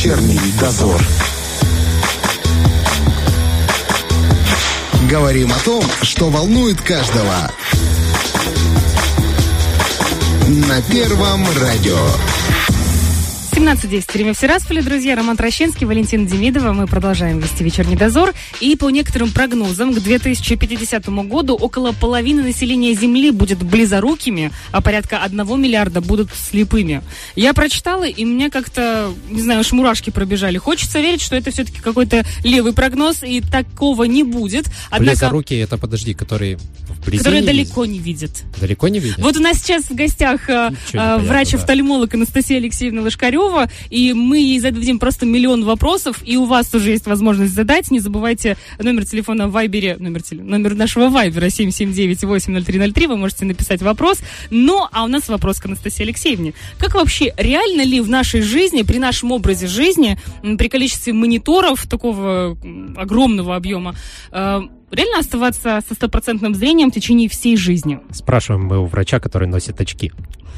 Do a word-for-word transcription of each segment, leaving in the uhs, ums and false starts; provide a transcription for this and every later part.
Вечерний дозор. Говорим о том, что волнует каждого. На Первом радио. семнадцать десять. Время в Тирасполе, друзья. Роман Трощинский, Валентина Демидова. Мы продолжаем вести вечерний дозор. И по некоторым прогнозам, к две тысячи пятидесятому году около половины населения Земли будет близорукими, а порядка одного миллиарда будут слепыми. Я прочитала, и мне как-то, не знаю, уж мурашки пробежали. Хочется верить, что это все-таки какой-то левый прогноз, и такого не будет. Однако... Близорукие, это, подожди, которые вблизи Которые не далеко видят? не видят. Далеко не видят? Вот у нас сейчас в гостях а, а, врач-офтальмолог Анастасия Алексеевна Лошкарева, и мы ей зададим просто миллион вопросов, и у вас тоже есть возможность задать. Не забывайте номер телефона в Вайбере, номер, теле, номер нашего Вайбера семь семь девять восемь ноль три ноль три, вы можете написать вопрос. Ну, а у нас вопрос к Анастасии Алексеевне. Как вообще, реально ли в нашей жизни, при нашем образе жизни, при количестве мониторов такого огромного объема, э, реально оставаться со стопроцентным зрением в течение всей жизни? Спрашиваем мы у врача, который носит очки.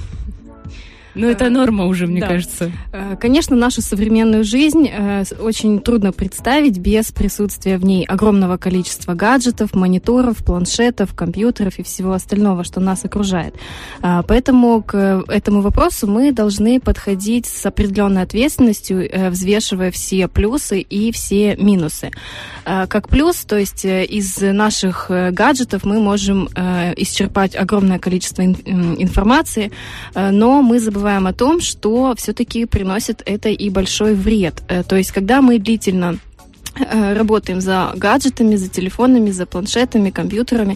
Ну, это норма уже, мне да. кажется. Конечно, нашу современную жизнь э, очень трудно представить без присутствия в ней огромного количества гаджетов, мониторов, планшетов, компьютеров и всего остального, что нас окружает. Э, поэтому к этому вопросу мы должны подходить с определенной ответственностью, э, взвешивая все плюсы и все минусы. Э, как плюс, то есть э, из наших э, гаджетов мы можем э, исчерпать огромное количество ин- информации, э, но мы забываем о том, что все-таки приносит это и большой вред. То есть, когда мы длительно работаем за гаджетами, за телефонами, за планшетами, компьютерами,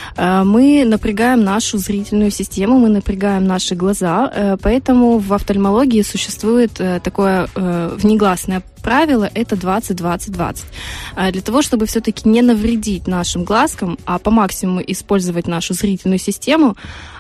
мы напрягаем нашу зрительную систему, мы напрягаем наши глаза, поэтому в офтальмологии существует такое внегласное правило, это двадцать двадцать двадцать. Для того, чтобы все-таки не навредить нашим глазкам, а по максимуму использовать нашу зрительную систему,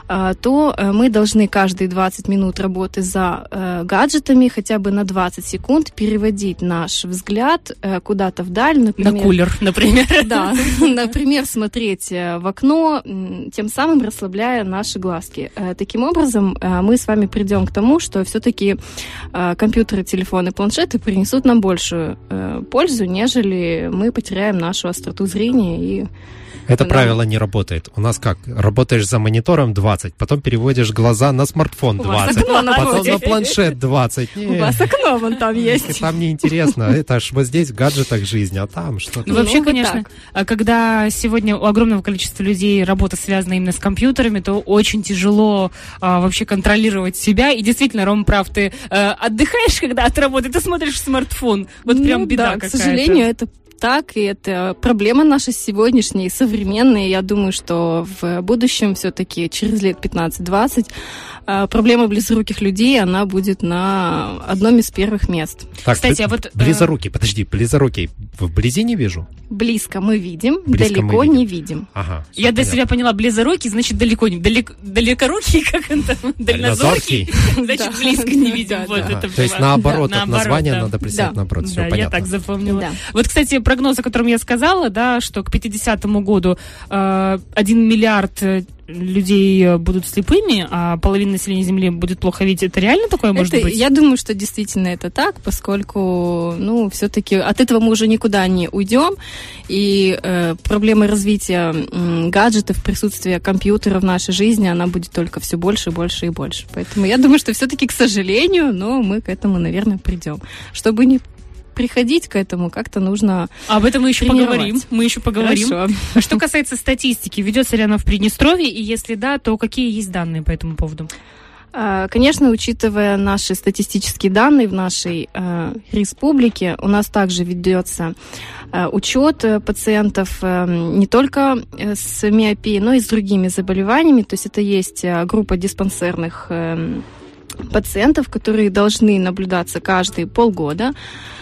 то мы должны каждые двадцать минут работы за э, гаджетами хотя бы на двадцать секунд переводить наш взгляд э, куда-то вдаль. Например, на кулер, например. Да, например, смотреть в окно, тем самым расслабляя наши глазки. Э, таким образом, э, мы с вами придем к тому, что все-таки э, компьютеры, телефоны, планшеты принесут нам большую э, пользу, нежели мы потеряем нашу остроту зрения и... Это Да. правило не работает. У нас как? Работаешь за монитором двадцать, потом переводишь глаза на смартфон двадцать, окно потом напротив. на планшет двадцать. У Нет, вас окно вон там есть. там неинтересно. Это ж вот здесь в гаджетах жизнь, а там что-то. Ну, вообще, Ну, вот конечно, когда сегодня у огромного количества людей работа связана именно с компьютерами, то очень тяжело а, вообще контролировать себя. И действительно, Ром прав, ты а, отдыхаешь, когда от работы, ты смотришь в смартфон. Вот Ну прям беда да, какая-то. к сожалению, это так, и это проблема наша сегодняшняя, современная. Я думаю, что в будущем все-таки через лет пятнадцать-двадцать проблема близоруких людей, она будет на одном из первых мест. Так, Кстати, а вот... близорукий, подожди, близорукий. Вблизи не вижу? Близко мы видим, Близко далеко мы видим. не видим. Ага. всё Я для понятно. себя поняла, близорукий, значит, далеко не... Далеко, далекорукий, как он там? Дальнозоркий, значит, Да. близко не видим. Да, Вот да. это То есть было. наоборот Да, от наоборот, названия да. надо представить Да. наоборот. Все Да, я понятно. так запомнила. Да. Вот, кстати, прогноз, о котором я сказала, да, что к пятидесятому году э, один миллиард людей будут слепыми, а половина населения Земли будет плохо видеть. Это реально такое может Это, быть? я думаю, что действительно это так, поскольку, ну, все-таки от этого мы уже никуда не уйдем, и э, проблема развития м, гаджетов, присутствия компьютера в нашей жизни, она будет только все больше, больше и больше. Поэтому я думаю, что все-таки, к сожалению, но мы к этому, наверное, придем. Чтобы не приходить к этому, как-то нужно Об этом мы еще тренировать. поговорим. Мы еще поговорим. Хорошо. А что касается статистики, ведется ли она в Приднестровье, и если да, то какие есть данные по этому поводу? А, Конечно, учитывая наши статистические данные в нашей э, республике, у нас также ведется э, учет э, пациентов э, не только э, с миопией, но и с другими заболеваниями. То есть это есть э, группа диспансерных э, пациентов, которые должны наблюдаться каждые полгода.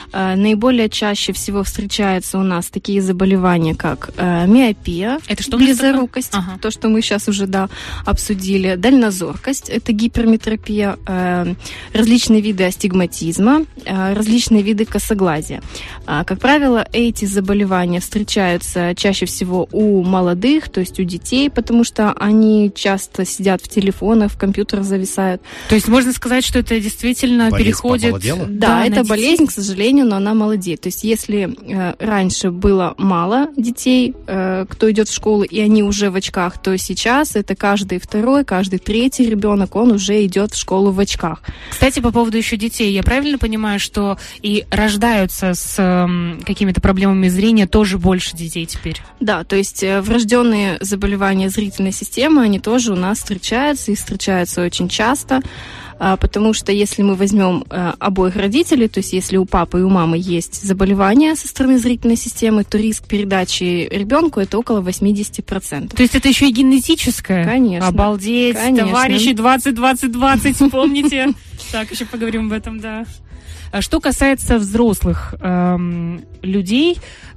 Наиболее чаще всего встречаются у нас такие заболевания, как миопия, это что, близорукость, ага. то, что мы сейчас уже да, обсудили, дальнозоркость, это гиперметропия, различные виды астигматизма, различные виды косоглазия. Как правило, эти заболевания встречаются чаще всего у молодых, то есть у детей, потому что они часто сидят в телефонах, в компьютерах зависают. То есть можно сказать, что это действительно болезнь переходит... помолодела? Да, Да, это болезнь, к сожалению, но она молодеет. То есть если э, раньше было мало детей, э, кто идет в школу, и они уже в очках, то сейчас это каждый второй, каждый третий ребенок, он уже идет в школу в очках. Кстати, по поводу еще детей, я правильно понимаю, что и рождаются с э, какими-то проблемами зрения тоже больше детей теперь? Да, то есть э, врожденные заболевания зрительной системы, они тоже у нас встречаются и встречаются очень часто. Потому что если мы возьмем обоих родителей, то есть если у папы и у мамы есть заболевания со стороны зрительной системы, то риск передачи ребенку это около восемьдесят процентов. То есть это еще и генетическое? Конечно. Обалдеть, Конечно. Товарищи двадцать двадцать двадцать, помните? Так, еще поговорим об этом, да. Что касается взрослых эм, людей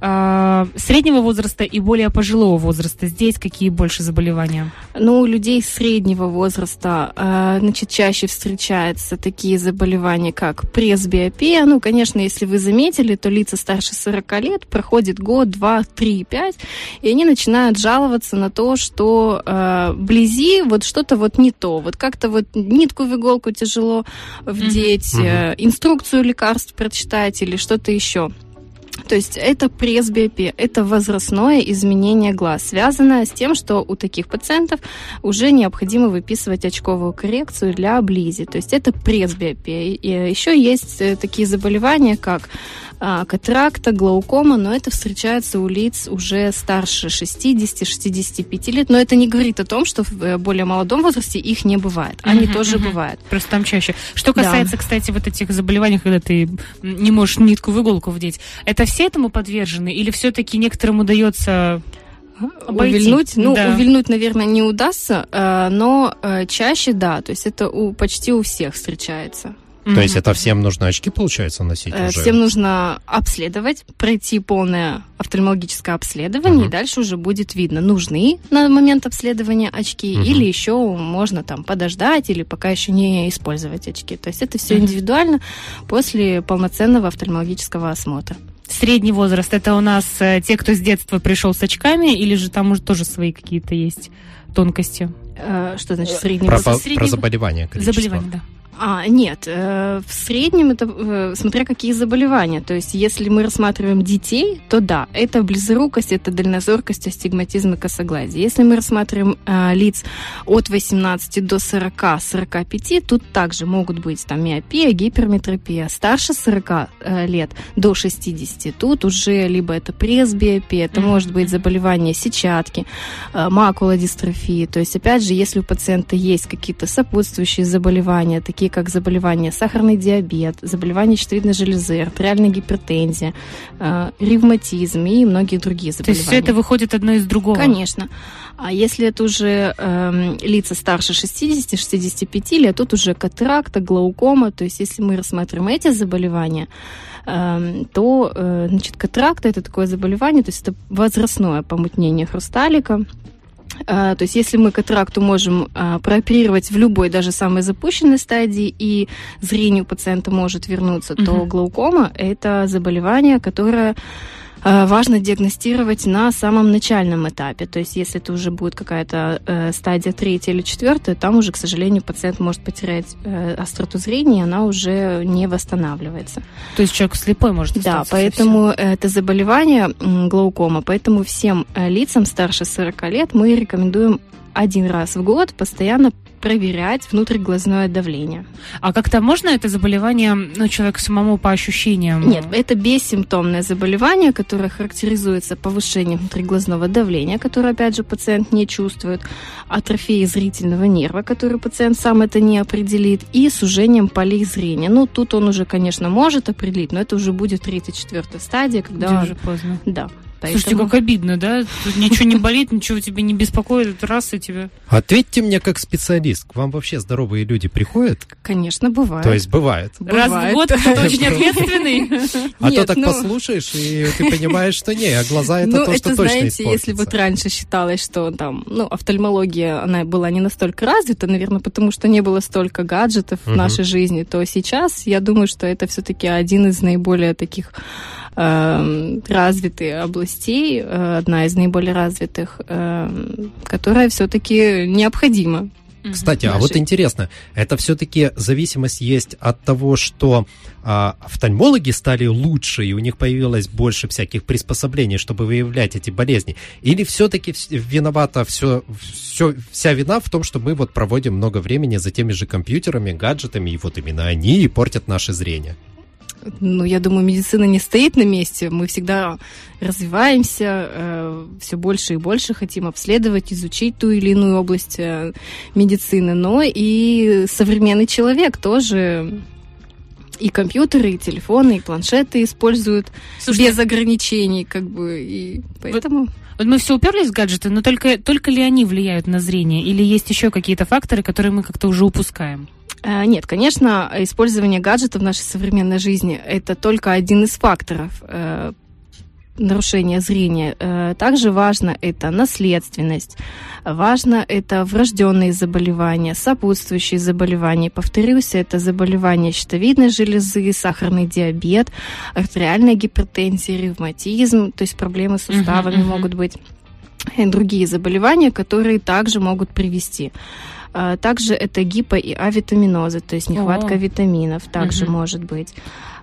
э, среднего возраста и более пожилого возраста, здесь какие больше заболевания? Ну, у людей среднего возраста, э, значит, чаще встречаются такие заболевания, как пресбиопия. Ну, конечно, если вы заметили, то лица старше сорока лет проходит год, два, три, пять, и они начинают жаловаться на то, что э, вблизи вот что-то вот не то. Вот как-то вот нитку в иголку тяжело вдеть, mm-hmm. э, инструкцию лекарств прочитать или что-то еще. То есть это пресбиопия, это возрастное изменение глаз, связанное с тем, что у таких пациентов уже необходимо выписывать очковую коррекцию для близи. То есть это пресбиопия. И еще есть такие заболевания, как катаракта, глаукома, но это встречается у лиц уже старше шестидесяти-шестидесяти пяти лет. Но это не говорит о том, что в более молодом возрасте их не бывает. Они uh-huh, тоже uh-huh. бывают. Просто там чаще. Что касается, да. кстати, вот этих заболеваний, когда ты не можешь нитку в иголку вдеть, это все этому подвержены? Или все-таки некоторым удается... обойти? Увильнуть, ну, да. увильнуть, наверное, не удастся, но чаще, да, то есть это у, почти у всех встречается. То mm-hmm. есть это всем нужно очки, получается, носить э, уже? Всем нужно обследовать, пройти полное офтальмологическое обследование, mm-hmm. и дальше уже будет видно, нужны на момент обследования очки, mm-hmm. или еще можно там подождать, или пока еще не использовать очки. То есть это все mm-hmm. индивидуально после полноценного офтальмологического осмотра. Средний возраст, это у нас э, те, кто с детства пришел с очками, или же там уже тоже свои какие-то есть тонкости? Э, что значит средний про, возраст? Про, Средний... про заболевания, количество. Заболевания, да. А, нет, э, в среднем это э, смотря какие заболевания. То есть если мы рассматриваем детей, то да, это близорукость, это дальнозоркость, астигматизм и косоглазие. Если мы рассматриваем э, лиц от восемнадцати до сорока-сорока пяти, тут также могут быть там миопия, гиперметропия. Старше сорока э, лет до шестидесяти, тут уже либо это пресбиопия, это mm-hmm. может быть заболевание сетчатки, э, макулодистрофии. То есть опять же, если у пациента есть какие-то сопутствующие заболевания, такие как заболевания сахарный диабет, заболевания щитовидной железы, артериальная гипертензия, э, ревматизм и многие другие заболевания. То есть все это выходит одно из другого? Конечно. А если это уже э, лица старше шестидесяти-шестидесяти пяти лет, тут уже катаракта, глаукома. То есть если мы рассматриваем эти заболевания, э, то э, значит, катаракта – это такое заболевание, то есть это возрастное помутнение хрусталика. Uh, то есть если мы катаракту можем uh, прооперировать в любой, даже самой запущенной стадии, и зрение у пациента может вернуться, uh-huh. то глаукома – это заболевание, которое uh, важно диагностировать на самом начальном этапе. То есть если это уже будет какая-то uh, стадия третья или четвертая, там уже, к сожалению, пациент может потерять uh, остроту зрения, и она уже не восстанавливается. То есть человек слепой может остаться? Да, поэтому совсем. Это заболевание глаукома, поэтому всем лицам старше сорока лет мы рекомендуем один раз в год постоянно проверять внутриглазное давление. А как-то можно это заболевание, ну, человеку самому по ощущениям? Нет, это бессимптомное заболевание, которое характеризуется повышением внутриглазного давления, которое, опять же, пациент не чувствует, атрофией зрительного нерва, который пациент сам это не определит, и сужением полей зрения. Ну, тут он уже, конечно, может определить, но это уже будет третья-четвертая стадия, когда... Где уже поздно. Да. Слушайте, Поэтому... как обидно, да? Тут ничего не болит, ничего тебя не беспокоит, это раз и тебя... Ответьте мне как специалист, к вам вообще здоровые люди приходят? Конечно, бывает. То есть бывает? Раз в год кто-то очень ответственный. А то так послушаешь, и ты понимаешь, что не, а глаза это то, что точно испортится. Знаете, если вот раньше считалось, что там, ну, офтальмология, она была не настолько развита, наверное, потому что не было столько гаджетов в нашей жизни, то сейчас я думаю, что это все-таки один из наиболее таких развитых областей, одна из наиболее развитых, которая все-таки необходима. Кстати, а вот интересно, это все-таки зависимость есть от того, что а, офтальмологи стали лучше, и у них появилось больше всяких приспособлений, чтобы выявлять эти болезни? Или все-таки виновата все, все, вся вина в том, что мы вот проводим много времени за теми же компьютерами, гаджетами, и вот именно они и портят наше зрение? Ну, я думаю, медицина не стоит на месте. Мы всегда развиваемся, э, все больше и больше хотим обследовать, изучить ту или иную область э, медицины. Но и современный человек тоже и компьютеры, и телефоны, и планшеты используют. Слушайте, без ограничений, как бы, и поэтому... Вот, вот мы все уперлись в гаджеты, но только, только ли они влияют на зрение? Или есть еще какие-то факторы, которые мы как-то уже упускаем? Нет, конечно, использование гаджетов в нашей современной жизни – это только один из факторов э, нарушения зрения. Э, также важно это наследственность, важно это врожденные заболевания, сопутствующие заболевания. Повторюсь, это заболевания щитовидной железы, сахарный диабет, артериальная гипертензия, ревматизм, то есть проблемы с суставами uh-huh, uh-huh. могут быть, и другие заболевания, которые также могут привести. Также это гипо- и авитаминозы, то есть нехватка О. витаминов также угу. может быть.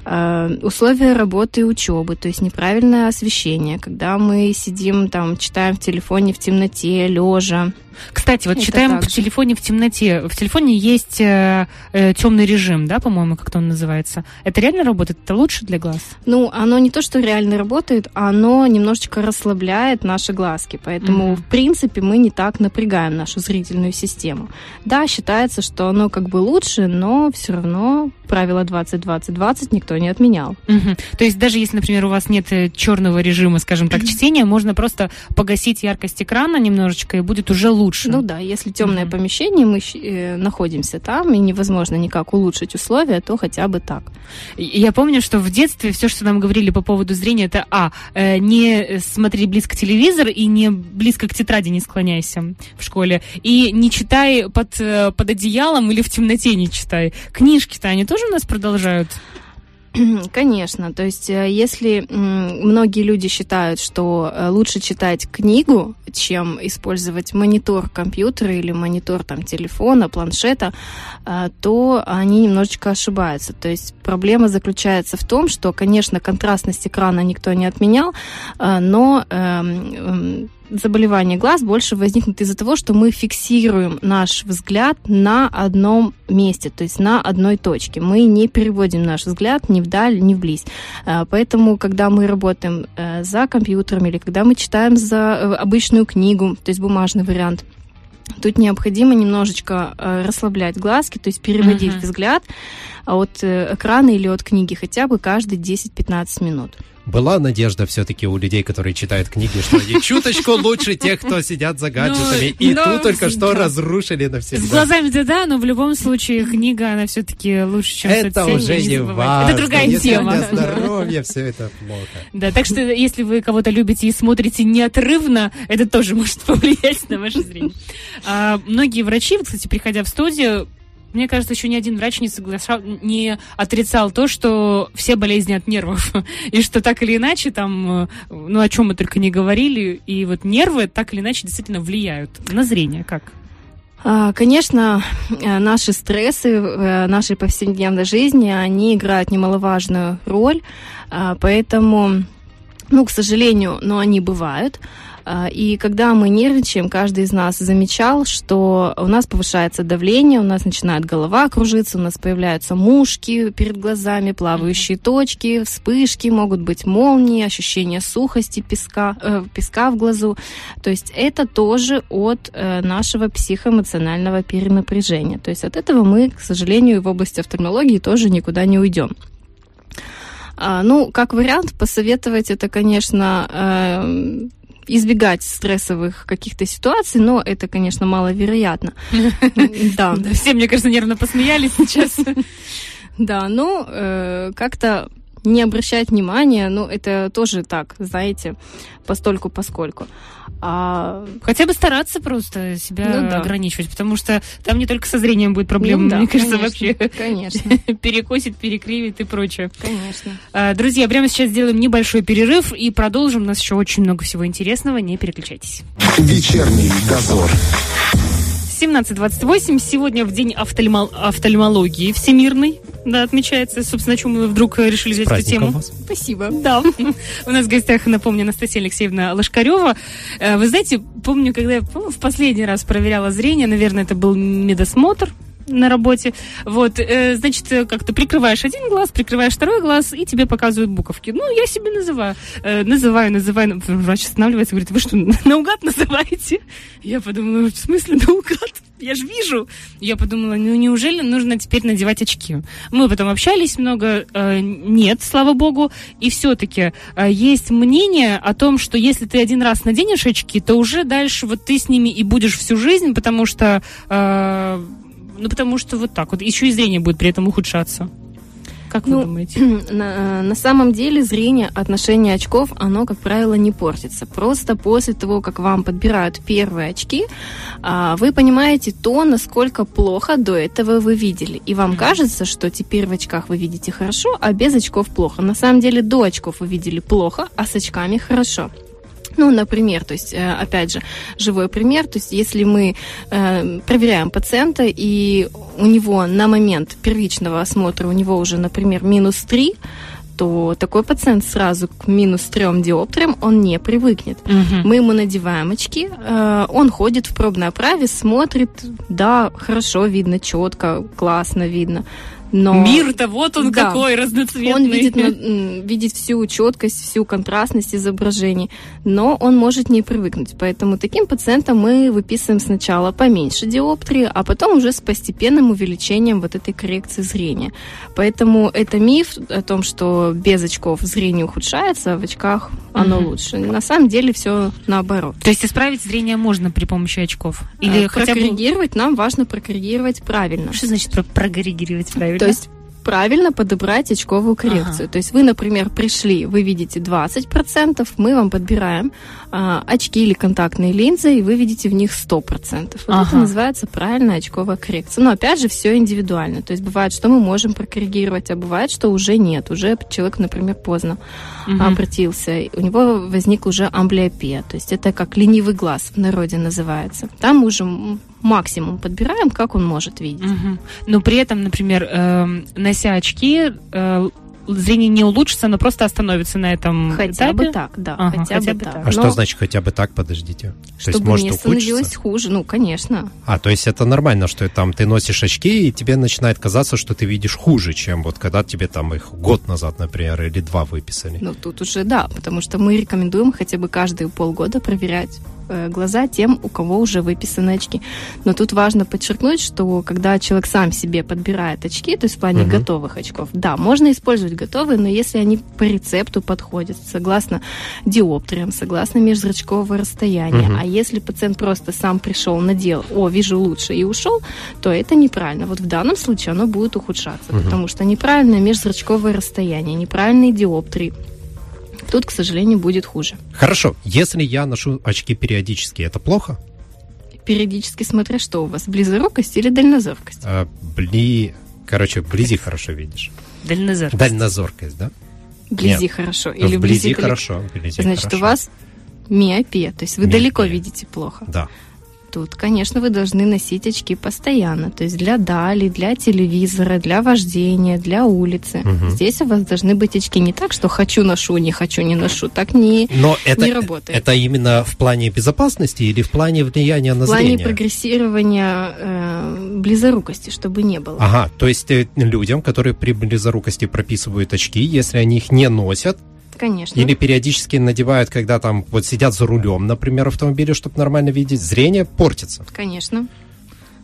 Условия работы и учебы, то есть неправильное освещение, когда мы сидим, там, читаем в телефоне в темноте, лежа. Кстати, вот это читаем в телефоне в темноте. В телефоне есть э, э, темный режим, да, по-моему, как-то он называется. Это реально работает? Это лучше для глаз? Ну, оно не то, что реально работает, оно немножечко расслабляет наши глазки. Поэтому, mm-hmm. в принципе, мы не так напрягаем нашу зрительную систему. Да, считается, что оно как бы лучше, но все равно правило двадцать двадцать двадцать никто не отменял. Mm-hmm. То есть даже если, например, у вас нет черного режима, скажем так, чтения, можно просто погасить яркость экрана немножечко, и будет уже лучше. Ну да, если темное mm-hmm. помещение, мы э, находимся там, и невозможно никак улучшить условия, то хотя бы так. Я помню, что в детстве все, что нам говорили по поводу зрения, это а, э, не смотри близко телевизор и не близко к тетради не склоняйся в школе, и не читай под, под одеялом или в темноте не читай. Книжки-то они тоже у нас продолжают? Конечно, то есть если многие люди считают, что лучше читать книгу, чем использовать монитор компьютера или монитор там, телефона, планшета, то они немножечко ошибаются. То есть проблема заключается в том, что, конечно, контрастность экрана никто не отменял, но заболевания глаз больше возникнут из-за того, что мы фиксируем наш взгляд на одном месте, то есть на одной точке. Мы не переводим наш взгляд ни вдаль, ни вблизь. Поэтому, когда мы работаем за компьютером или когда мы читаем за обычную книгу, то есть бумажный вариант, тут необходимо немножечко расслаблять глазки, то есть переводить uh-huh. взгляд от экрана или от книги хотя бы каждые десять-пятнадцать минут. Была надежда все-таки у людей, которые читают книги, что они чуточку лучше тех, кто сидят за гаджетами. И тут только что разрушили навсегда. С глазами-то да, но в любом случае книга, она все-таки лучше, чем соцсети. Это уже не важно. Это другая тема. Если для здоровья, все это плохо. Да, так что если вы кого-то любите и смотрите неотрывно, это тоже может повлиять на ваше зрение. Многие врачи, кстати, приходя в студию, мне кажется, еще ни один врач не соглашал, не отрицал то, что все болезни от нервов. И что так или иначе, там, ну, о чем мы только не говорили, и вот нервы так или иначе действительно влияют на зрение. Как? Конечно, наши стрессы в нашей повседневной жизни, они играют немаловажную роль, поэтому, ну, к сожалению, но они бывают. И когда мы нервничаем, каждый из нас замечал, что у нас повышается давление, у нас начинает голова кружиться, у нас появляются мушки перед глазами, плавающие точки, вспышки, могут быть молнии, ощущение сухости, песка, э, песка в глазу. То есть это тоже от э, нашего психоэмоционального перенапряжения. То есть от этого мы, к сожалению, в области офтальмологии тоже никуда не уйдем. А, ну, как вариант, посоветовать это, конечно, э, избегать стрессовых каких-то ситуаций, но это, конечно, маловероятно. Да. Все, мне кажется, нервно посмеялись сейчас. Да, ну, как-то не обращать внимания, ну, это тоже так, знаете, постольку-поскольку. А... Хотя бы стараться просто себя ну, да. ограничивать, потому что там не только со зрением будет проблема, ну, да, мне кажется, конечно, вообще. Конечно. Перекосит, перекривит и прочее. Конечно. Друзья, прямо сейчас сделаем небольшой перерыв и продолжим. У нас еще очень много всего интересного, не переключайтесь. Вечерний дозор. семнадцать двадцать восемь. Сегодня в день офтальмо- офтальмологии всемирной, да, отмечается. Собственно, о чем мы вдруг решили взять эту тему. Вас. Спасибо. Да. У нас в гостях, напомню, Анастасия Алексеевна Лошкарева. Вы знаете, помню, когда я в последний раз проверяла зрение, наверное, это был медосмотр на работе. Вот, э, значит, как-то прикрываешь один глаз, прикрываешь второй глаз, и тебе показывают буковки. Ну, я себе называю. Э, называю, называю. Врач останавливается и говорит: вы что, наугад называете? Я подумала: в смысле наугад? Я же вижу. Я подумала: ну, неужели нужно теперь надевать очки? Мы потом общались много. Э, нет, слава богу. И все-таки э, есть мнение о том, что если ты один раз наденешь очки, то уже дальше вот ты с ними и будешь всю жизнь, потому что... Э, Ну, потому что вот так вот. Еще и зрение будет при этом ухудшаться. Как вы ну, думаете? На, на самом деле зрение, отношение очков, оно, как правило, не портится. Просто после того, как вам подбирают первые очки, вы понимаете то, насколько плохо до этого вы видели. И вам кажется, что теперь в очках вы видите хорошо, а без очков плохо. На самом деле до очков вы видели плохо, а с очками хорошо. Ну, например, то есть, опять же, живой пример, то есть, если мы э, проверяем пациента, и у него на момент первичного осмотра, у него уже, например, минус три, то такой пациент сразу к минус трем диоптриям он не привыкнет. Uh-huh. Мы ему надеваем очки, э, он ходит в пробной оправе, смотрит, да, хорошо видно, четко, классно видно. Но... Мир-то вот он да. какой разноцветный. Он видит, видит всю четкость, всю контрастность изображений, но он может не привыкнуть. Поэтому таким пациентам мы выписываем сначала поменьше диоптрии, а потом уже с постепенным увеличением вот этой коррекции зрения. Поэтому это миф о том, что без очков зрение ухудшается, а в очках оно mm-hmm. лучше. На самом деле все наоборот. То есть исправить зрение можно при помощи очков? Или а, хотя прокоррегировать бы... нам важно прокоррегировать правильно. Что значит про- прокоррегировать правильно? То есть правильно подобрать очковую коррекцию. Ага. То есть вы, например, пришли, вы видите двадцать процентов, мы вам подбираем а, очки или контактные линзы, и вы видите в них сто процентов. Вот ага. это называется правильная очковая коррекция. Но опять же, все индивидуально. То есть бывает, что мы можем прокоррегировать, а бывает, что уже нет. Уже человек, например, поздно угу. обратился. У него возникла уже амблиопия. То есть это как ленивый глаз в народе называется. Там мы уже максимум подбираем, как он может видеть. Угу. Но при этом, например, э, нося очки, э, зрение не улучшится, но просто остановится на этом хотя этапе? бы так, да. Ага, хотя, хотя бы бы так. А но что значит хотя бы так, подождите? Чтобы то есть, может, не ухудшится? становилось хуже, ну, конечно. А, то есть это нормально, что там ты носишь очки, и тебе начинает казаться, что ты видишь хуже, чем вот когда тебе там их год назад, например, или два выписали. Ну, тут уже да, потому что мы рекомендуем хотя бы каждые полгода проверять э, глаза тем, у кого уже выписаны очки. Но тут важно подчеркнуть, что когда человек сам себе подбирает очки, то есть в плане uh-huh. готовых очков, да, можно использовать готовые, но если они по рецепту подходят, согласно диоптриям, согласно межзрачкового расстояния. Uh-huh. А если пациент просто сам пришел, надел, о, вижу лучше, и ушел, то это неправильно. Вот в данном случае оно будет ухудшаться, uh-huh. потому что неправильное межзрачковое расстояние, неправильные диоптрии. Тут, к сожалению, будет хуже. Хорошо. Если я ношу очки периодически, это плохо? Периодически смотря что у вас, близорукость или дальнозоркость? А, бли... Короче, вблизи хорошо видишь. Дальнозоркость. Дальнозоркость, да? Вблизи Нет. хорошо. Или вблизи, вблизи хорошо. Вблизи Значит, хорошо. у вас миопия, то есть вы Миопия. далеко видите плохо. Да. Тут, конечно, вы должны носить очки постоянно. То есть для дали, для телевизора, для вождения, для улицы. Угу. Здесь у вас должны быть очки не так, что хочу ношу, не хочу не ношу. Так не, Но это, не работает. Это именно в плане безопасности или в плане влияния на в плане зрение? прогрессирования э, близорукости, чтобы не было. Ага, то есть э, людям, которые при близорукости прописывают очки, если они их не носят, Конечно. или периодически надевают, когда там вот сидят за рулем, например, автомобиля, чтобы нормально видеть, зрение портится. Конечно.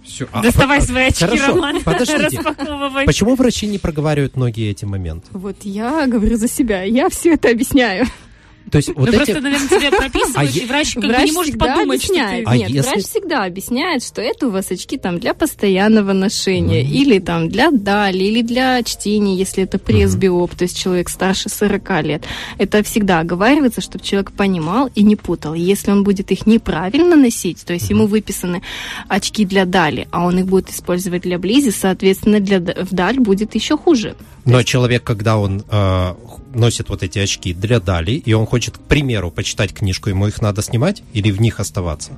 Все. Доставай а, свои очки, хорошо, Роман, подождите. Распаковывай. Почему врачи не проговаривают многие эти моменты? Вот я говорю за себя, я все это объясняю. То есть, вот ну, эти... просто, наверное, тебе прописывают, а и врач как врач бы не может подумать, объясняет. что ты... Нет, а если... врач всегда объясняет, что это у вас очки там для постоянного ношения, mm-hmm. или там для дали, или для чтения, если это пресс-биоп, mm-hmm. то есть человек старше сорока лет. Это всегда оговаривается, чтобы человек понимал и не путал. Если он будет их неправильно носить, то есть mm-hmm. ему выписаны очки для дали, а он их будет использовать для близи, соответственно, для вдаль будет еще хуже. Но есть... человек, когда он э, носит вот эти очки для дали, и он хочет, к примеру, почитать книжку, ему их надо снимать или в них оставаться?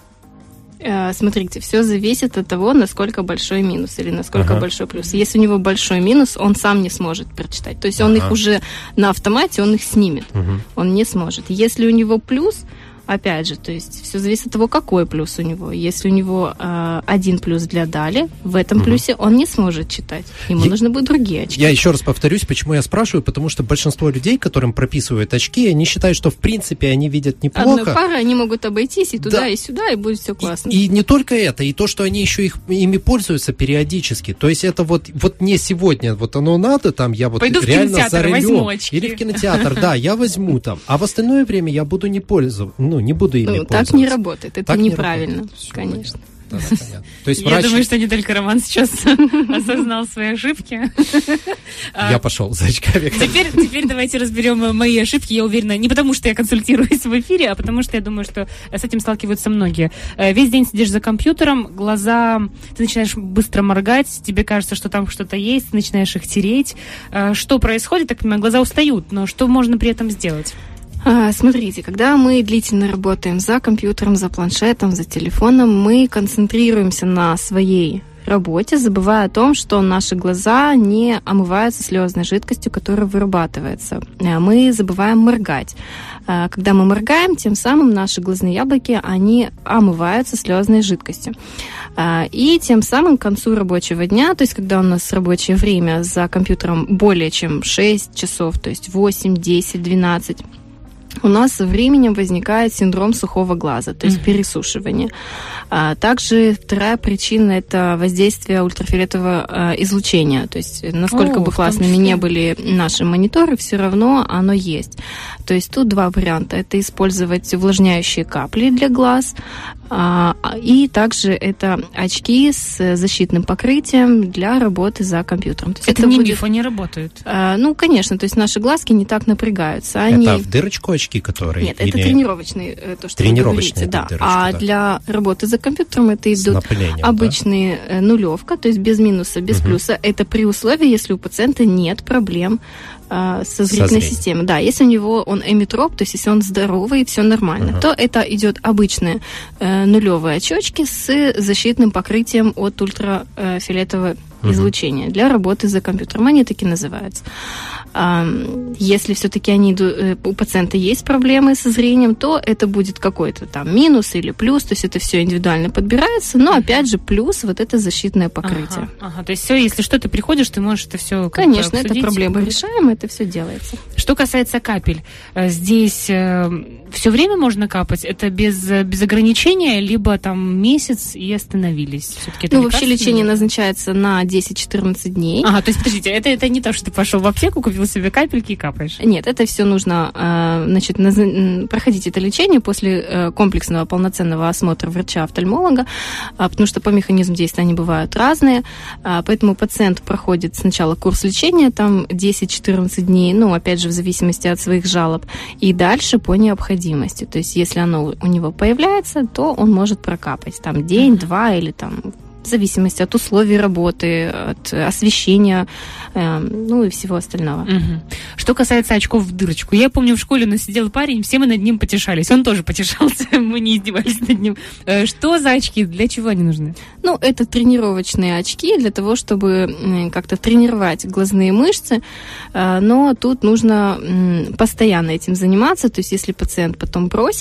Э, смотрите, все зависит от того, насколько большой минус или насколько ага. большой плюс. Если у него большой минус, он сам не сможет прочитать. То есть он ага. их уже на автомате, он их снимет. Угу. Он не сможет. Если у него плюс... Опять же, то есть все зависит от того, какой плюс у него. Если у него э, один плюс для дали, в этом угу. плюсе он не сможет читать. Ему я, нужны будут другие очки. Я еще раз повторюсь, почему я спрашиваю, потому что большинство людей, которым прописывают очки, они считают, что в принципе они видят неплохо. Одной пары они могут обойтись и туда, да. и сюда, и будет все классно. И, и не только это, и то, что они еще их, ими пользуются периодически. То есть это вот, вот не сегодня, вот оно надо, там я вот пойду реально за рулем. Или в кинотеатр, да, я возьму там. А в остальное время я буду не пользоваться, ну, не буду ими ну, пользоваться. Так не работает, это так неправильно, не Все, конечно. Да, да, то есть я врач... думаю, что не только Роман сейчас осознал свои ошибки. Я пошел за очками. Теперь, теперь давайте разберем мои ошибки. Я уверена, не потому что я консультируюсь в эфире, а потому что я думаю, что с этим сталкиваются многие. Весь день сидишь за компьютером, глаза, ты начинаешь быстро моргать, тебе кажется, что там что-то есть, ты начинаешь их тереть. Что происходит? Так понимаю, глаза устают, но что можно при этом сделать? Смотрите, когда мы длительно работаем за компьютером, за планшетом, за телефоном, мы концентрируемся на своей работе, забывая о том, что наши глаза не омываются слезной жидкостью, которая вырабатывается. Мы забываем моргать. Когда мы моргаем, тем самым наши глазные яблоки, они омываются слезной жидкостью. И тем самым к концу рабочего дня, то есть когда у нас рабочее время за компьютером более чем шесть часов, то есть восемь, десять, двенадцать, у нас со временем возникает синдром сухого глаза, то есть mm-hmm. пересушивание. А также вторая причина – это воздействие ультрафиолетового э, излучения. То есть насколько oh, бы классными не были наши мониторы, все равно оно есть. То есть тут два варианта. Это использовать увлажняющие капли для глаз, а, и также это очки с защитным покрытием для работы за компьютером. То есть это, это не будет... миф, они работают? А, ну, конечно, то есть наши глазки не так напрягаются. Они... Это в дырочку очки, которые... Нет, или... это тренировочные, то, что тренировочные вы говорите. Да. Дырочки, а да. для работы за компьютером это идут обычные да? нулевка, то есть без минуса, без угу. плюса. Это при условии, если у пациента нет проблем со зрительной со системой. Да, если у него он эмитроп, то есть если он здоровый и все нормально, uh-huh. то это идет обычные э, нулевые очечки с защитным покрытием от ультрафиолетового uh-huh. излучения для работы за компьютером. Они таки называются. А, если все-таки они, у пациента есть проблемы со зрением, то это будет какой-то там минус или плюс, то есть это все индивидуально подбирается, но опять же плюс вот это защитное покрытие. Ага, ага. То есть все, если что, ты приходишь, ты можешь это все Конечно, обсудить, это проблема решаем, это все делается. Что касается капель, здесь э, все время можно капать? Это без, без ограничения, либо там месяц и остановились? Все-таки это ну, вообще лечение назначается на десять-четырнадцать дней. Ага, то есть, подождите, это, это не то, что ты пошел в аптеку, купил себе капельки и капаешь? Нет, это все нужно, э, значит, наз... проходить это лечение после э, комплексного полноценного осмотра врача-офтальмолога, э, потому что по механизму действия они бывают разные, э, поэтому пациент проходит сначала курс лечения, там десять-четырнадцать дней, ну, опять же, в зависимости от своих жалоб, и дальше по необходимости. То есть, если оно у него появляется, то он может прокапать там день-два или там в зависимости от условий работы, от освещения, э, ну и всего остального. Угу. Что касается очков в дырочку. Я помню, в школе у нас сидел парень, все мы над ним потешались. Он тоже потешался, мы не издевались над ним. Что за очки? Для чего они нужны? Ну, это тренировочные очки для того, чтобы как-то тренировать глазные мышцы, но тут нужно постоянно этим заниматься. То есть, если пациент потом просит,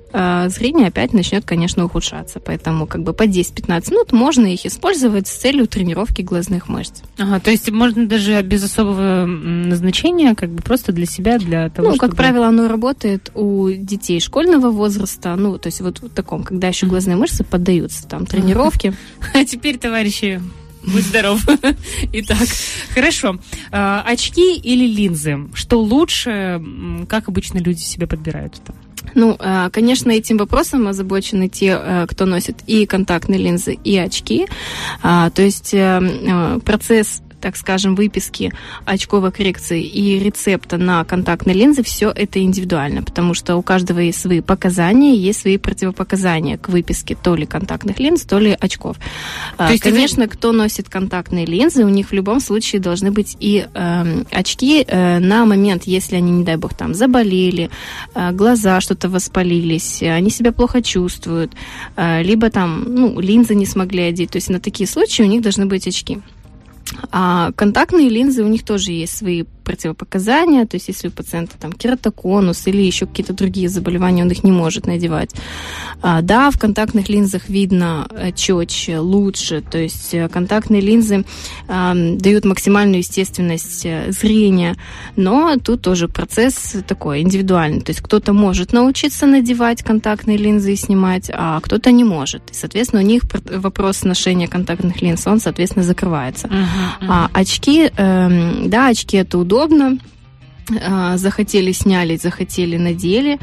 зрение опять начнет, конечно, ухудшаться. Поэтому как бы по десять-пятнадцать минут можно их использовать с целью тренировки глазных мышц. Ага, то есть можно даже без особого назначения, как бы просто для себя, для того, Ну, чтобы... как правило, оно работает у детей школьного возраста, ну, то есть вот в таком, когда еще глазные мышцы поддаются там тренировке. А теперь, товарищи, будь здоров. Итак, хорошо. А, очки или линзы? Что лучше? Как обычно люди себе подбирают это? Ну, конечно, этим вопросом озабочены те, кто носит и контактные линзы, и очки. То есть процесс, так скажем, выписки очковой коррекции и рецепта на контактные линзы, все это индивидуально, потому что у каждого есть свои показания, есть свои противопоказания к выписке то ли контактных линз, то ли очков. То есть, конечно, это... кто носит контактные линзы, у них в любом случае должны быть и э, очки э, на момент, если они, не дай бог, там заболели, э, глаза что-то воспалились, они себя плохо чувствуют, э, либо там, ну, линзы не смогли одеть. То есть на такие случаи у них должны быть очки. А контактные линзы, у них тоже есть свои противопоказания, то есть если у пациента там кератоконус или еще какие-то другие заболевания, он их не может надевать. А, да, в контактных линзах видно четче, лучше, то есть контактные линзы а, дают максимальную естественность зрения, но тут тоже процесс такой индивидуальный, то есть кто-то может научиться надевать контактные линзы и снимать, а кто-то не может. И, соответственно, у них вопрос ношения контактных линз, он, соответственно, закрывается. Uh-huh, uh-huh. А очки, э, да, очки это удобно. Удобно. Захотели, сняли, захотели, надели.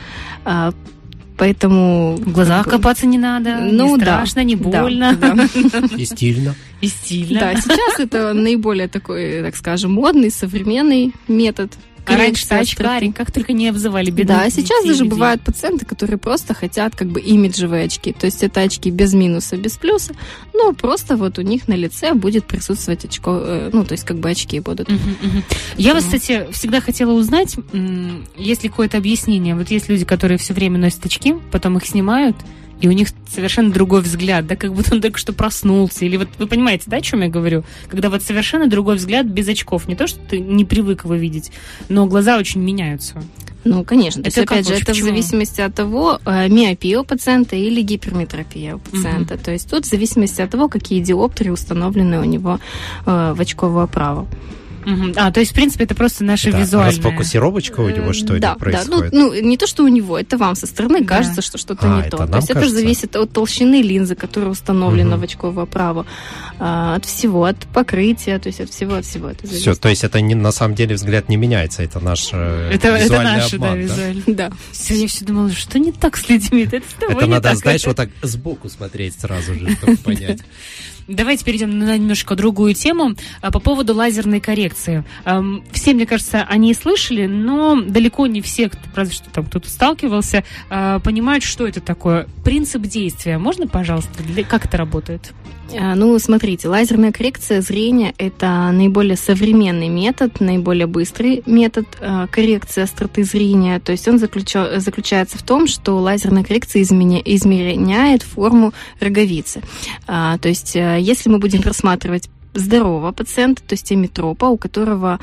Поэтому... В глазах копаться не надо, ну, не страшно, да, не больно. Да, да. И стильно. И стильно. Да, сейчас это наиболее такой, так скажем, модный, современный метод. А раньше очкарень, как только не обзывали бедных Да, сейчас детей, даже людей. Бывают пациенты, которые просто хотят как бы имиджевые очки. То есть это очки без минуса, без плюса, но просто вот у них на лице будет присутствовать очко, ну, то есть как бы очки будут. Uh-huh, uh-huh. Я вас, кстати, всегда хотела узнать, есть ли какое-то объяснение. Вот есть люди, которые все время носят очки, потом их снимают, и у них совершенно другой взгляд, да, как будто он только что проснулся. Или вот вы понимаете, да, о чем я говорю? Когда вот совершенно другой взгляд без очков. Не то, что ты не привык его видеть, но глаза очень меняются. Ну, конечно. То это есть, опять же, это почему? В зависимости от того, миопия у пациента или гиперметропия у пациента. Mm-hmm. То есть тут в зависимости от того, какие диоптрии установлены у него э, в очковую оправу. Uh-huh. А, то есть, в принципе, это просто наша это визуальная... Расфокусировочка у него, что да, ли, происходит? Да, ну, ну, не то, что у него, это вам со стороны да. кажется, что что-то а, не то. То есть, кажется? это зависит от толщины линзы, которая установлена uh-huh. в очковую оправу, от всего, от покрытия, то есть от всего, от всего это зависит. Все, то есть это не, на самом деле взгляд не меняется, это наш это, визуальный это наш, обман, да, визуальный. Да. Все, я все думала, что не так с людьми, это, это надо, так, знаешь, это... вот так сбоку смотреть сразу же, чтобы понять. Давайте перейдем на немножко другую тему по поводу лазерной коррекции. Все, мне кажется, они слышали, но далеко не все, кто, разве что там кто-то сталкивался, понимают, что это такое. Принцип действия. Можно, пожалуйста, как это работает? Ну, смотрите, лазерная коррекция зрения – это наиболее современный метод, наиболее быстрый метод коррекции остроты зрения. То есть он заключа, заключается в том, что лазерная коррекция изменя, изменяет форму роговицы. То есть если мы будем рассматривать здорового пациента, то есть эмитропа, у которого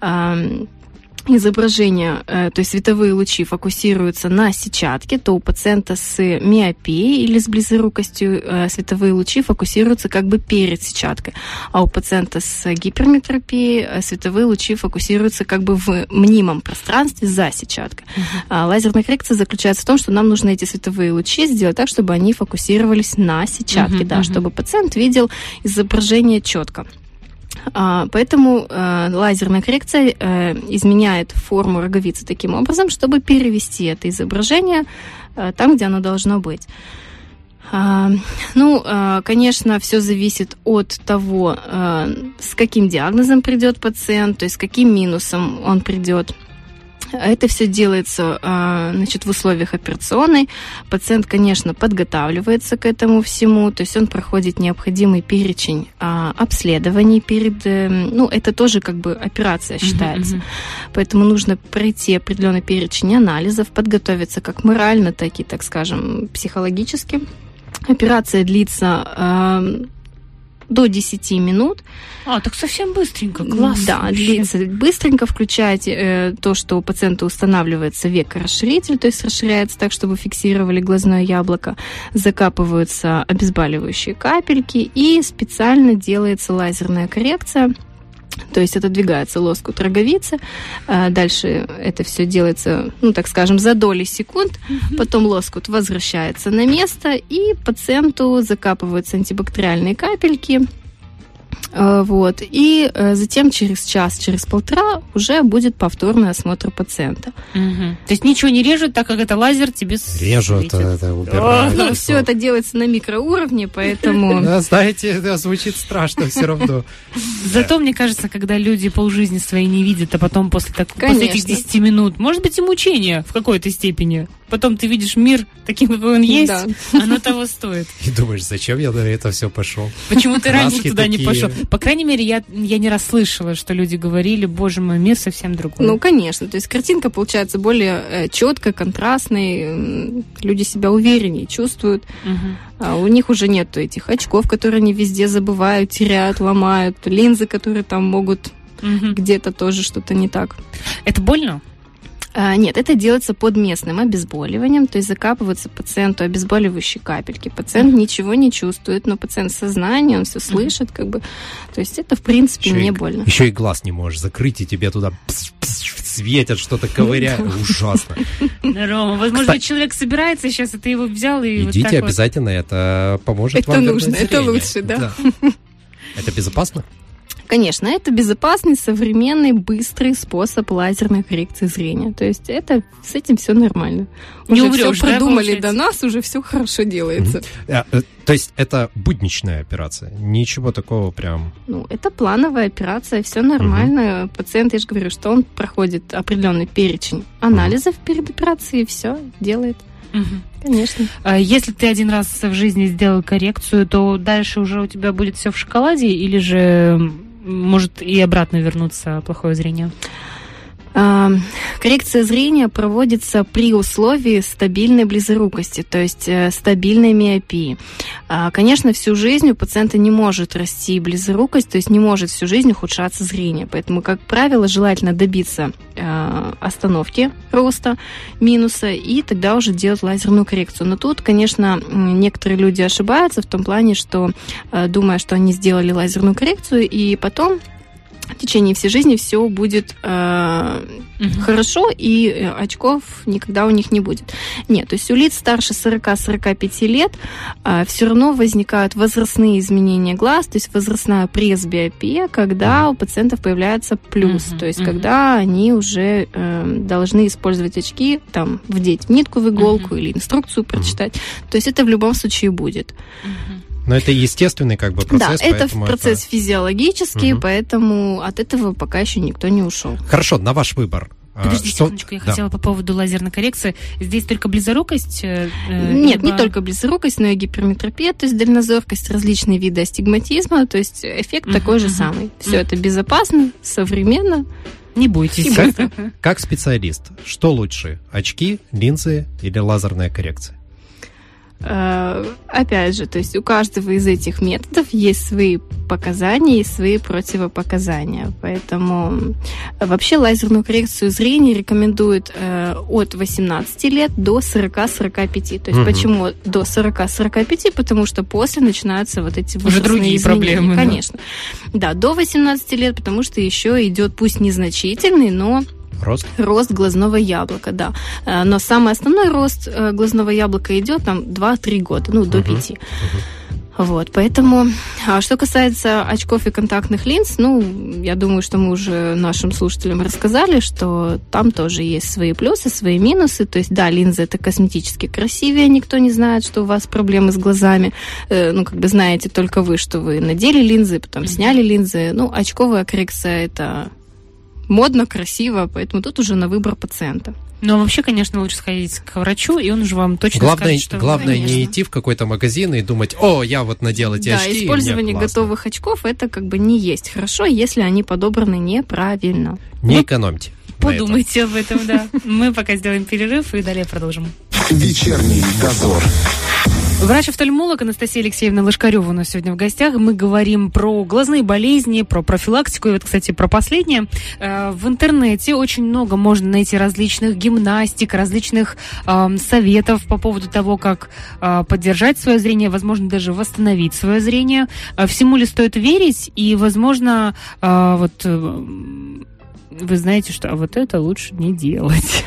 изображение, то есть световые лучи фокусируются на сетчатке, то у пациента с миопией или с близорукостью световые лучи фокусируются как бы перед сетчаткой, а у пациента с гиперметропией световые лучи фокусируются как бы в мнимом пространстве за сетчаткой. Uh-huh. Лазерная коррекция заключается в том, что нам нужно эти световые лучи сделать так, чтобы они фокусировались на сетчатке, uh-huh, да, uh-huh. чтобы пациент видел изображение четко. Поэтому э, лазерная коррекция э, изменяет форму роговицы таким образом, чтобы перевести это изображение э, там, где оно должно быть. Э, ну, э, конечно, все зависит от того, э, с каким диагнозом придет пациент, то есть с каким минусом он придет. Это все делается, значит, в условиях операционной. Пациент, конечно, подготавливается к этому всему, то есть он проходит необходимый перечень обследований перед... Ну, это тоже как бы операция считается. Uh-huh, uh-huh. Поэтому нужно пройти определенный перечень анализов, подготовиться как морально, так и, так скажем, психологически. Операция длится до десять минут. А, так совсем быстренько, классно. Да, вообще. Длится быстренько, включаете э, то, что у пациента устанавливается векорасширитель, то есть расширяется так, чтобы фиксировали глазное яблоко, закапываются обезболивающие капельки и специально делается лазерная коррекция. То есть отодвигается лоскут роговицы, дальше это все делается, ну, так скажем, за доли секунд, mm-hmm. потом лоскут возвращается на место, и пациенту закапываются антибактериальные капельки, вот, и затем через час, через полтора уже будет повторный осмотр пациента. Угу. То есть ничего не режут, так как это лазер тебе режут, это убирают. Ну, все это делается на микроуровне, поэтому... Знаете, это звучит страшно все равно. Зато, мне кажется, когда люди полжизни своей не видят, а потом после этих десяти минут, может быть, и мучение в какой-то степени. Потом ты видишь мир таким, какой он есть, да. Оно того стоит. И думаешь, зачем я на это все пошел? Почему ты раньше туда такие... не пошел? По крайней мере, я, я не раз слышала, что люди говорили, боже мой, мир совсем другой. Ну, конечно. То есть картинка получается более э, четкой, контрастной. Люди себя увереннее чувствуют. Угу. А у них уже нет этих очков, которые они везде забывают, теряют, ломают. Линзы, которые там могут угу. где-то тоже что-то не так. Это больно? Нет, это делается под местным обезболиванием, то есть закапываются пациенту обезболивающие капельки. Пациент mm-hmm. ничего не чувствует, но пациент в сознании, он все слышит, mm-hmm. как бы. То есть это, в принципе, еще не и, больно. Еще и глаз не можешь закрыть, и тебе туда светят, что-то ковыряют. Ужасно. Рома, возможно, человек собирается сейчас, и ты его взял и идите обязательно, это поможет вам. Это нужно, это лучше, да. Это безопасно? Конечно, это безопасный, современный, быстрый способ лазерной коррекции зрения. То есть это с этим все нормально. Не уже умрешь, все продумали да, до нас, уже все хорошо делается. Mm-hmm. То есть это будничная операция? Ничего такого прям... Ну, это плановая операция, все нормально. Mm-hmm. Пациент, я же говорю, что он проходит определенный перечень анализов mm-hmm. перед операцией, и все делает. Угу. Конечно. Если ты один раз в жизни сделал коррекцию, то дальше уже у тебя будет все в шоколаде, или же может и обратно вернуться плохое зрение? Коррекция зрения проводится при условии стабильной близорукости, то есть стабильной миопии. Конечно, всю жизнь у пациента не может расти близорукость, то есть не может всю жизнь ухудшаться зрение. Поэтому, как правило, желательно добиться остановки роста минуса и тогда уже делать лазерную коррекцию. Но тут, конечно, некоторые люди ошибаются в том плане, что думая, что они сделали лазерную коррекцию, и потом в течение всей жизни все будет э, угу. хорошо, и очков никогда у них не будет. Нет, то есть у лиц старше сорок-сорок пять лет э, все равно возникают возрастные изменения глаз, то есть возрастная пресбиопия, когда у пациентов появляется плюс, угу. то есть угу. когда они уже э, должны использовать очки, там, вдеть нитку в иголку угу. или инструкцию прочитать. Угу. То есть это в любом случае будет. Угу. Но это естественный как бы процесс. Да, это процесс это... физиологический, угу. поэтому от этого пока еще никто не ушел. Хорошо, на ваш выбор. Подожди что... секундочку, я да. хотела по поводу лазерной коррекции. Здесь только близорукость? Э, Нет, либо... не только близорукость, но и гиперметропия, то есть дальнозоркость, различные виды астигматизма, то есть эффект uh-huh, такой uh-huh. же самый. Все uh-huh. это безопасно, современно. Не бойтесь. Как, как специалист, что лучше, очки, линзы или лазерная коррекция? Опять же, то есть у каждого из этих методов есть свои показания и свои противопоказания. Поэтому вообще лазерную коррекцию зрения рекомендуют от восемнадцати лет до сорока-сорока пяти. То есть угу. почему до сорока-сорока пяти? Потому что после начинаются вот эти уже другие изменения. Проблемы. Конечно. Да. да, до восемнадцати лет, потому что еще идет пусть незначительный, но Рост? Рост глазного яблока, да. Но самый основной рост глазного яблока идет там два-три года, ну, до пяти. Uh-huh. Uh-huh. Вот, поэтому, а что касается очков и контактных линз, ну, я думаю, что мы уже нашим слушателям рассказали, что там тоже есть свои плюсы, свои минусы. То есть, да, линзы это косметически красивее, никто не знает, что у вас проблемы с глазами. Э, ну, как бы знаете только вы, что вы надели линзы, потом uh-huh. сняли линзы. Ну, очковая коррекция это... модно, красиво, поэтому тут уже на выбор пациента. Но вообще, конечно, лучше сходить к врачу, и он уже вам точно главное, скажет, что... Главное конечно. Не идти в какой-то магазин и думать, о, я вот надел эти да, очки, Да, использование готовых очков, это как бы не есть хорошо, если они подобраны неправильно. Не ну, экономьте. Подумайте об этом, да. Мы пока сделаем перерыв и далее продолжим. Вечерний дозор. Врач-офтальмолог Анастасия Алексеевна Лошкарева у нас сегодня в гостях. Мы говорим про глазные болезни, про профилактику. И вот, кстати, про последнее. В интернете очень много можно найти различных гимнастик, различных э, советов по поводу того, как э, поддержать свое зрение, возможно, даже восстановить свое зрение. Всему ли стоит верить? И, возможно, э, вот э, вы знаете, что а вот это лучше не делать.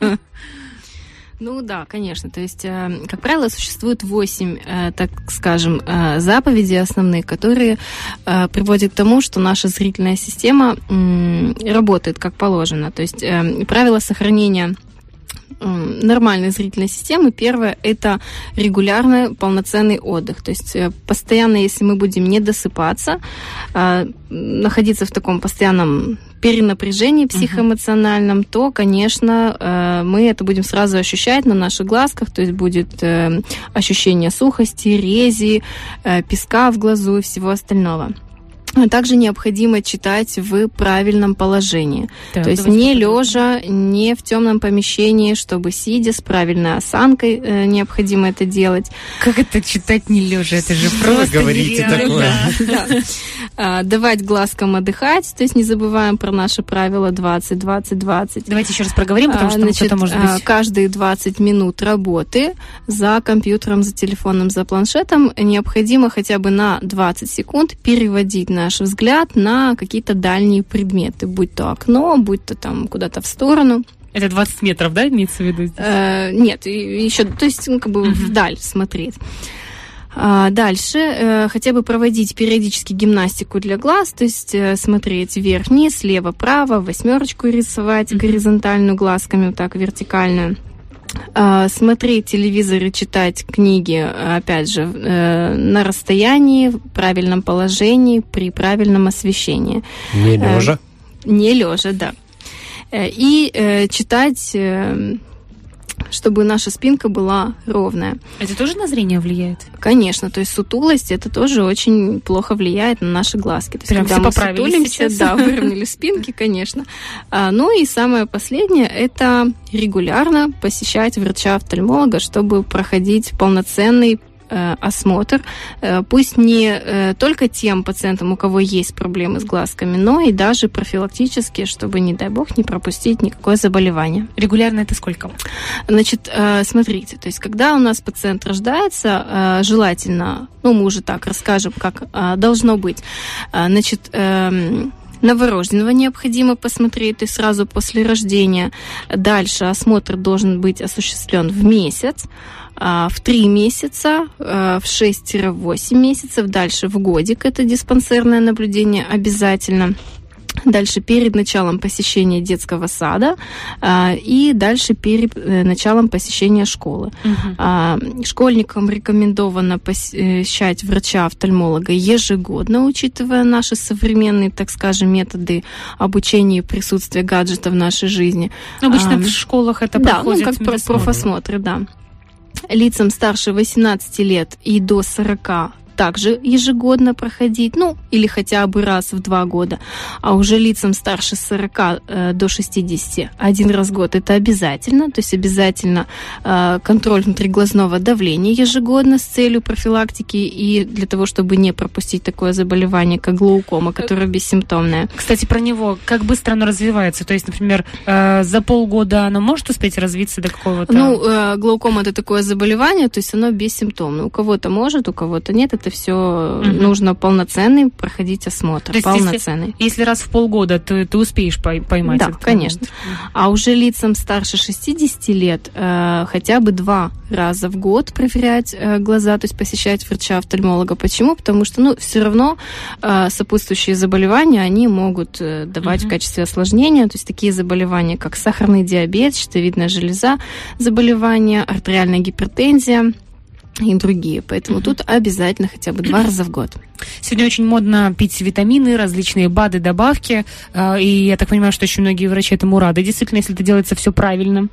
Ну да, конечно. То есть, как правило, существует восемь, так скажем, заповедей основных, которые приводят к тому, что наша зрительная система работает как положено. То есть правила сохранения нормальной зрительной системы. Первое – это регулярный полноценный отдых. То есть постоянно, если мы будем не досыпаться, находиться в таком постоянном перенапряжении психоэмоциональном, uh-huh. то, конечно, мы это будем сразу ощущать на наших глазках, то есть будет ощущение сухости, рези, песка в глазу и всего остального. Также необходимо читать в правильном положении. Так, то есть не лежа, не в темном помещении, чтобы сидя с правильной осанкой э, необходимо это делать. Как это читать не лежа? Это же просто говорите такое. Да, да. А, давать глазкам отдыхать, то есть не забываем про наше правило двадцать двадцать двадцать. Давайте еще раз проговорим, потому что а, значит, кто-то может быть... Каждые двадцать минут работы за компьютером, за телефоном, за планшетом необходимо хотя бы на двадцать секунд переводить на наш взгляд на какие-то дальние предметы, будь то окно, будь то там куда-то в сторону. Это двадцать метров, да, имеется в виду здесь? Э, нет, еще, то есть, ну, как бы uh-huh. вдаль смотреть. А дальше э, хотя бы проводить периодически гимнастику для глаз, то есть э, смотреть вверх-вниз, слева-право, восьмерочку рисовать uh-huh. горизонтальную глазками, вот так вертикальную. Смотреть телевизор и читать книги, опять же, на расстоянии, в правильном положении, при правильном освещении. Не лежа? Не лежа, да. И читать, чтобы наша спинка была ровная. Это тоже на зрение влияет? Конечно, то есть сутулость, это тоже очень плохо влияет на наши глазки. То есть, прям когда все мы сутулимся, сейчас. Да, выровняли спинки, конечно. А, ну и самое последнее, это регулярно посещать врача-офтальмолога, чтобы проходить полноценный осмотр, пусть не только тем пациентам, у кого есть проблемы с глазками, но и даже профилактически, чтобы, не дай бог, не пропустить никакое заболевание. Регулярно это сколько? Значит, смотрите, то есть когда у нас пациент рождается, желательно, ну, мы уже так расскажем, как должно быть, значит, новорожденного необходимо посмотреть, то есть сразу после рождения. Дальше осмотр должен быть осуществлен в месяц, в три месяца, в шесть-восемь месяцев, дальше в годик, это диспансерное наблюдение обязательно. Дальше перед началом посещения детского сада а, и дальше перед э, началом посещения школы. Uh-huh. А, школьникам рекомендовано посещать врача-офтальмолога ежегодно, учитывая наши современные, так скажем, методы обучения и присутствия гаджета в нашей жизни. Обычно а, в школах это да, проходит. Да, ну, как профосмотры, да. Лицам старше восемнадцати лет и до сорока также ежегодно проходить, ну, или хотя бы раз в два года. А уже лицам старше сорока э, до шестидесяти один раз в год это обязательно, то есть обязательно э, контроль внутриглазного давления ежегодно с целью профилактики и для того, чтобы не пропустить такое заболевание, как глаукома, которое бессимптомное. Кстати, про него, как быстро оно развивается? То есть, например, э, за полгода оно может успеть развиться до какого-то... Ну, э, глаукома – это такое заболевание, то есть оно бессимптомное. У кого-то может, у кого-то нет, это все угу. нужно полноценный проходить осмотр. То полноценный. Если, если раз в полгода ты, ты успеешь поймать. Да, конечно. Момент. А уже лицам старше шестидесяти лет э, хотя бы два раза в год проверять э, глаза, то есть посещать врача-офтальмолога. Почему? Потому что, ну, все равно э, сопутствующие заболевания, они могут э, давать угу. в качестве осложнения, то есть такие заболевания, как сахарный диабет, щитовидная железа, заболевания, артериальная гипертензия и другие. Поэтому mm-hmm. тут обязательно хотя бы два раза в год. Сегодня очень модно пить витамины, различные БАДы, добавки. И я так понимаю, что очень многие врачи этому рады. Действительно, если это делается все правильно.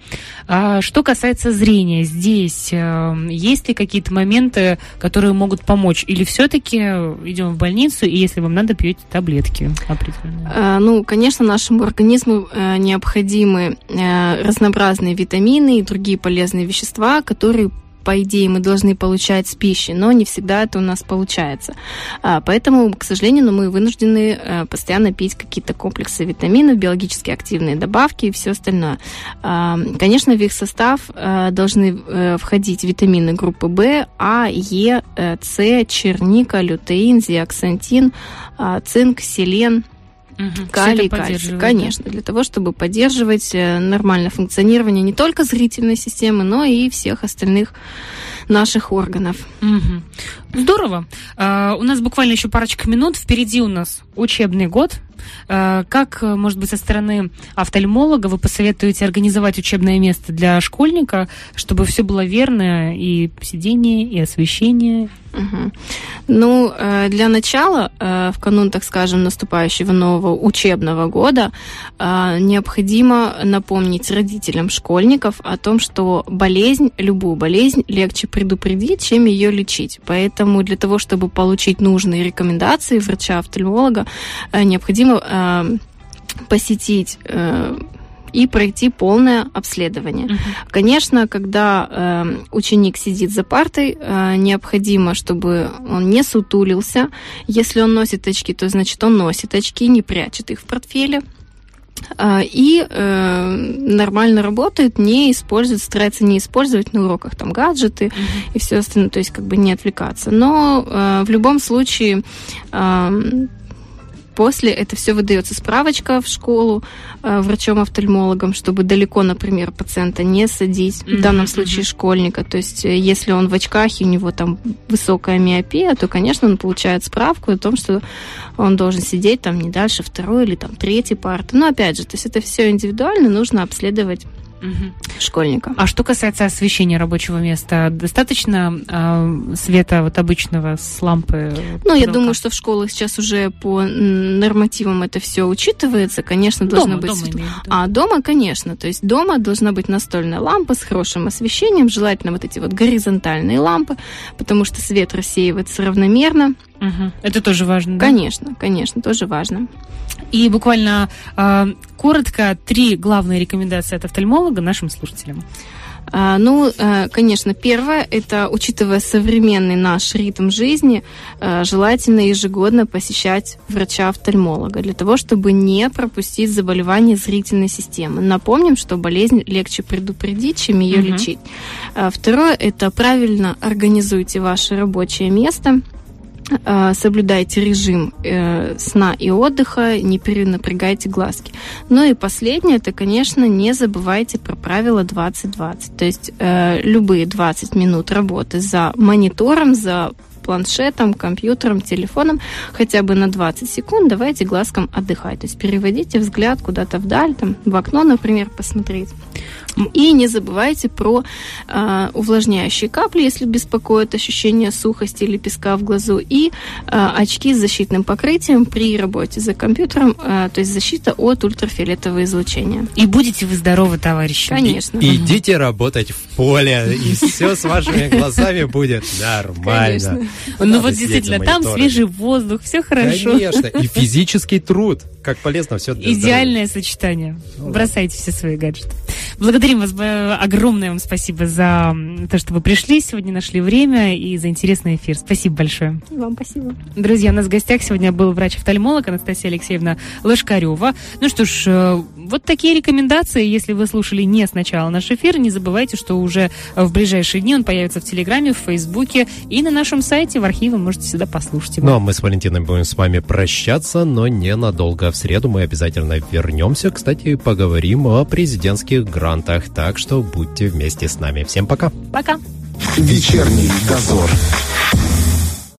Что касается зрения, здесь есть ли какие-то моменты, которые могут помочь? Или все-таки идем в больницу, и если вам надо, пьете таблетки определенные? Ну, конечно, нашему организму необходимы разнообразные витамины и другие полезные вещества, которые по идее, мы должны получать с пищи, но не всегда это у нас получается. Поэтому, к сожалению, ну, мы вынуждены постоянно пить какие-то комплексы витаминов, биологически активные добавки и все остальное. Конечно, в их состав должны входить витамины группы В, А, Е, С, черника, лютеин, зеаксантин, цинк, селен, Угу. калий, кальций, конечно, для того, чтобы поддерживать нормальное функционирование не только зрительной системы, но и всех остальных наших органов. Угу. Здорово. Uh, у нас буквально еще парочка минут. Впереди у нас учебный год. Uh, как, может быть, со стороны офтальмолога вы посоветуете организовать учебное место для школьника, чтобы все было верно, и сидение, и освещение? Угу. Ну, для начала, в канун, так скажем, наступающего нового учебного года, необходимо напомнить родителям школьников о том, что болезнь, любую болезнь легче предупредить, чем ее лечить. Поэтому для того, чтобы получить нужные рекомендации врача-офтальмолога, необходимо посетить и пройти полное обследование. Uh-huh. Конечно, когда э, ученик сидит за партой, э, необходимо, чтобы он не сутулился. Если он носит очки, то значит он носит очки, не прячет их в портфеле. Э, и э, нормально работает, не использует, старается не использовать на уроках там гаджеты uh-huh. и все остальное, то есть как бы не отвлекаться. Но э, в любом случае э, после это все выдается справочка в школу э, врачом-офтальмологом, чтобы далеко, например, пациента не садить, mm-hmm. в данном случае школьника. То есть если он в очках и у него там высокая миопия, то, конечно, он получает справку о том, что он должен сидеть там не дальше второй или там третьей парты. Но опять же, то есть это все индивидуально, нужно обследовать угу. школьника. А что касается освещения рабочего места, достаточно э, света вот обычного с лампы? Ну, я думаю, что в школах сейчас уже по нормативам это все учитывается. Конечно, должно дома, быть... Дома, имею, а, дома, конечно. То есть дома должна быть настольная лампа с хорошим освещением, желательно вот эти вот горизонтальные лампы, потому что свет рассеивается равномерно. Угу. Это тоже важно, да? Конечно, конечно, тоже важно. И буквально э, коротко три главные рекомендации от офтальмолога нашим слушателям. А, ну, конечно, первое, это, учитывая современный наш ритм жизни, желательно ежегодно посещать врача-офтальмолога для того, чтобы не пропустить заболевания зрительной системы. Напомним, что болезнь легче предупредить, чем ее угу. лечить. Второе, это правильно организуйте ваше рабочее место. Соблюдайте режим э, сна и отдыха, не перенапрягайте глазки. Ну и последнее, это, конечно, не забывайте про правило двадцать двадцать. То есть э, любые двадцать минут работы за монитором, за планшетом, компьютером, телефоном, хотя бы на двадцать секунд давайте глазкам отдыхать. То есть переводите взгляд куда-то вдаль, там, в окно, например, посмотреть. И не забывайте про э, увлажняющие капли, если беспокоит ощущение сухости или песка в глазу, и э, очки с защитным покрытием при работе за компьютером, э, то есть защита от ультрафиолетового излучения. И будете вы здоровы, товарищи. Конечно. И, идите работать в поле, и все с вашими глазами будет нормально. Ну вот действительно, там свежий воздух, все хорошо. Конечно, и физический труд. Как полезно все для здоровья. Идеальное сочетание. Бросайте все свои гаджеты. Благодарим вас, огромное вам спасибо за то, что вы пришли сегодня, нашли время, и за интересный эфир. Спасибо большое. И вам спасибо. Друзья, у нас в гостях сегодня был врач-офтальмолог Анастасия Алексеевна Лошкарева. Ну что ж, вот такие рекомендации. Если вы слушали не сначала наш эфир, не забывайте, что уже в ближайшие дни он появится в Телеграме, в Фейсбуке и на нашем сайте. В архиве можете всегда послушать его. Ну, а мы с Валентиной будем с вами прощаться, но ненадолго. В среду мы обязательно вернемся. Кстати, поговорим о президентских грантах. Так что будьте вместе с нами. Всем пока. Пока. Вечерний дозор.